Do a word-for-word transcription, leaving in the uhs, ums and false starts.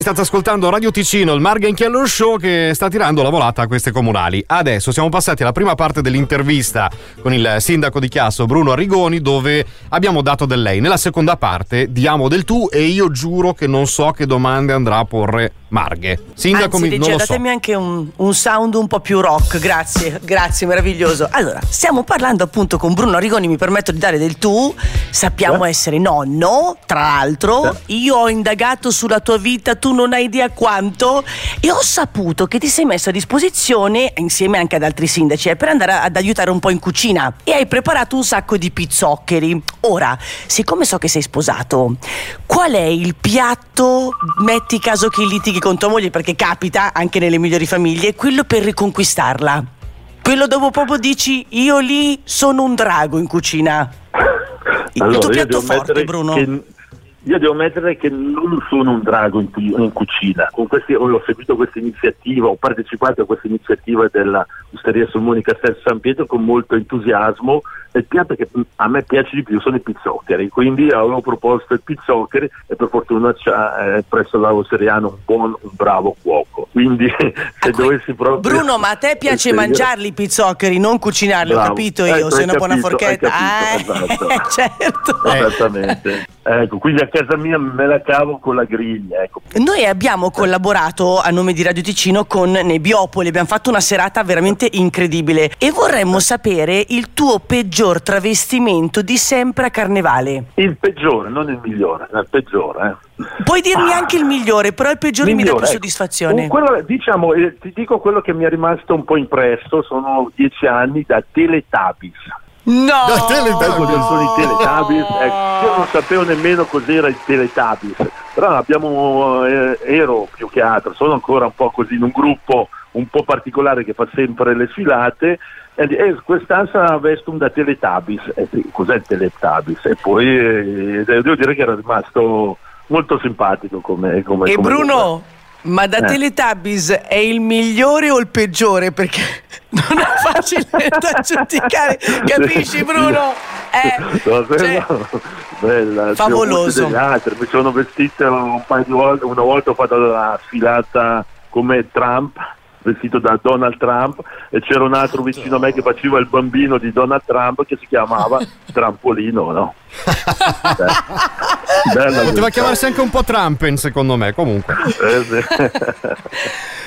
State ascoltando Radio Ticino, il Margen Keller Show che sta tirando la volata a queste comunali. Adesso siamo passati alla prima parte dell'intervista con il sindaco di Chiasso, Bruno Arrigoni, dove abbiamo dato del lei. Nella seconda parte diamo del tu e io giuro che non so che domande andrà a porre Marghe. Sindaco, Anzi, mi, non lo so. datemi anche un, un sound un po' più rock, grazie, grazie, meraviglioso. Allora, stiamo parlando appunto con Bruno Arrigoni, mi permetto di dare del tu, sappiamo Eh? essere nonno, tra l'altro, Eh? io ho indagato sulla tua vita, tu non hai idea quanto, e ho saputo che ti sei messo a disposizione, insieme anche ad altri sindaci, eh, per andare ad aiutare un po' in cucina, e hai preparato un sacco di pizzoccheri. Ora, siccome so che sei sposato, qual è il piatto, metti caso che litighi con tua moglie, perché capita anche nelle migliori famiglie, quello per riconquistarla, quello dove proprio dici io lì sono un drago in cucina? Il Allora, tuo io piatto devo forte, mettere Bruno? che- io devo mettere che non sono un drago in, cu- in cucina. Con questi, ho seguito questa iniziativa, ho partecipato a questa iniziativa della Osteria Solmoni Castel San Pietro con molto entusiasmo. E il piatto che a me piace di più sono i pizzoccheri, quindi avevo proposto il pizzoccheri e per fortuna c'è eh, presso l'Avo Seriano un buon, un bravo cuoco. Quindi se Ah, que- dovessi proprio... Bruno, ma a te piace Eh, mangiarli i pizzoccheri, non cucinarli, ho Bravo. capito io, Ecco, sei hai una buona capito, hai forchetta. capito, Ah, esatto. certo. Esattamente. Ecco, quindi a casa mia me la cavo con la griglia, ecco. Noi abbiamo collaborato a nome di Radio Ticino con Nebiopoli, abbiamo fatto una serata veramente incredibile e vorremmo sapere il tuo peggior travestimento di sempre a Carnevale. Il peggiore, non il migliore, il peggiore. Eh. Puoi dirmi Ah. anche il migliore, però il peggiore mi dà Migliore, più ecco. soddisfazione. Un- quello, diciamo, eh, ti dico quello che mi è rimasto un po' impresso, sono dieci anni da Teletubbies. No! Da Teletubbies. Ecco che sono i Teletubbies, ecco, io non sapevo nemmeno cos'era il Teletubbies, però abbiamo, eh, ero più che altro, sono ancora un po' così in un gruppo un po' particolare che fa sempre le sfilate e, e quest'anno vesto un da Teletubbies, eh sì, cos'è il Teletubbies? E poi eh, devo dire che era rimasto molto simpatico come, come E come Bruno, ma da Eh. Teletubbies è il migliore o il peggiore? Perché non è facile da giudicare, capisci Bruno? Eh, No, cioè, no, bella, favoloso. degli altri. Mi sono vestito un paio di volte, una volta ho fatto la sfilata come Trump, vestito da Donald Trump, e c'era un altro vicino a me che faceva il bambino di Donald Trump che si chiamava Trampolino, no? Eh, bella Poteva questa. chiamarsi anche un po' Trumpen, secondo me, comunque. Eh, sì.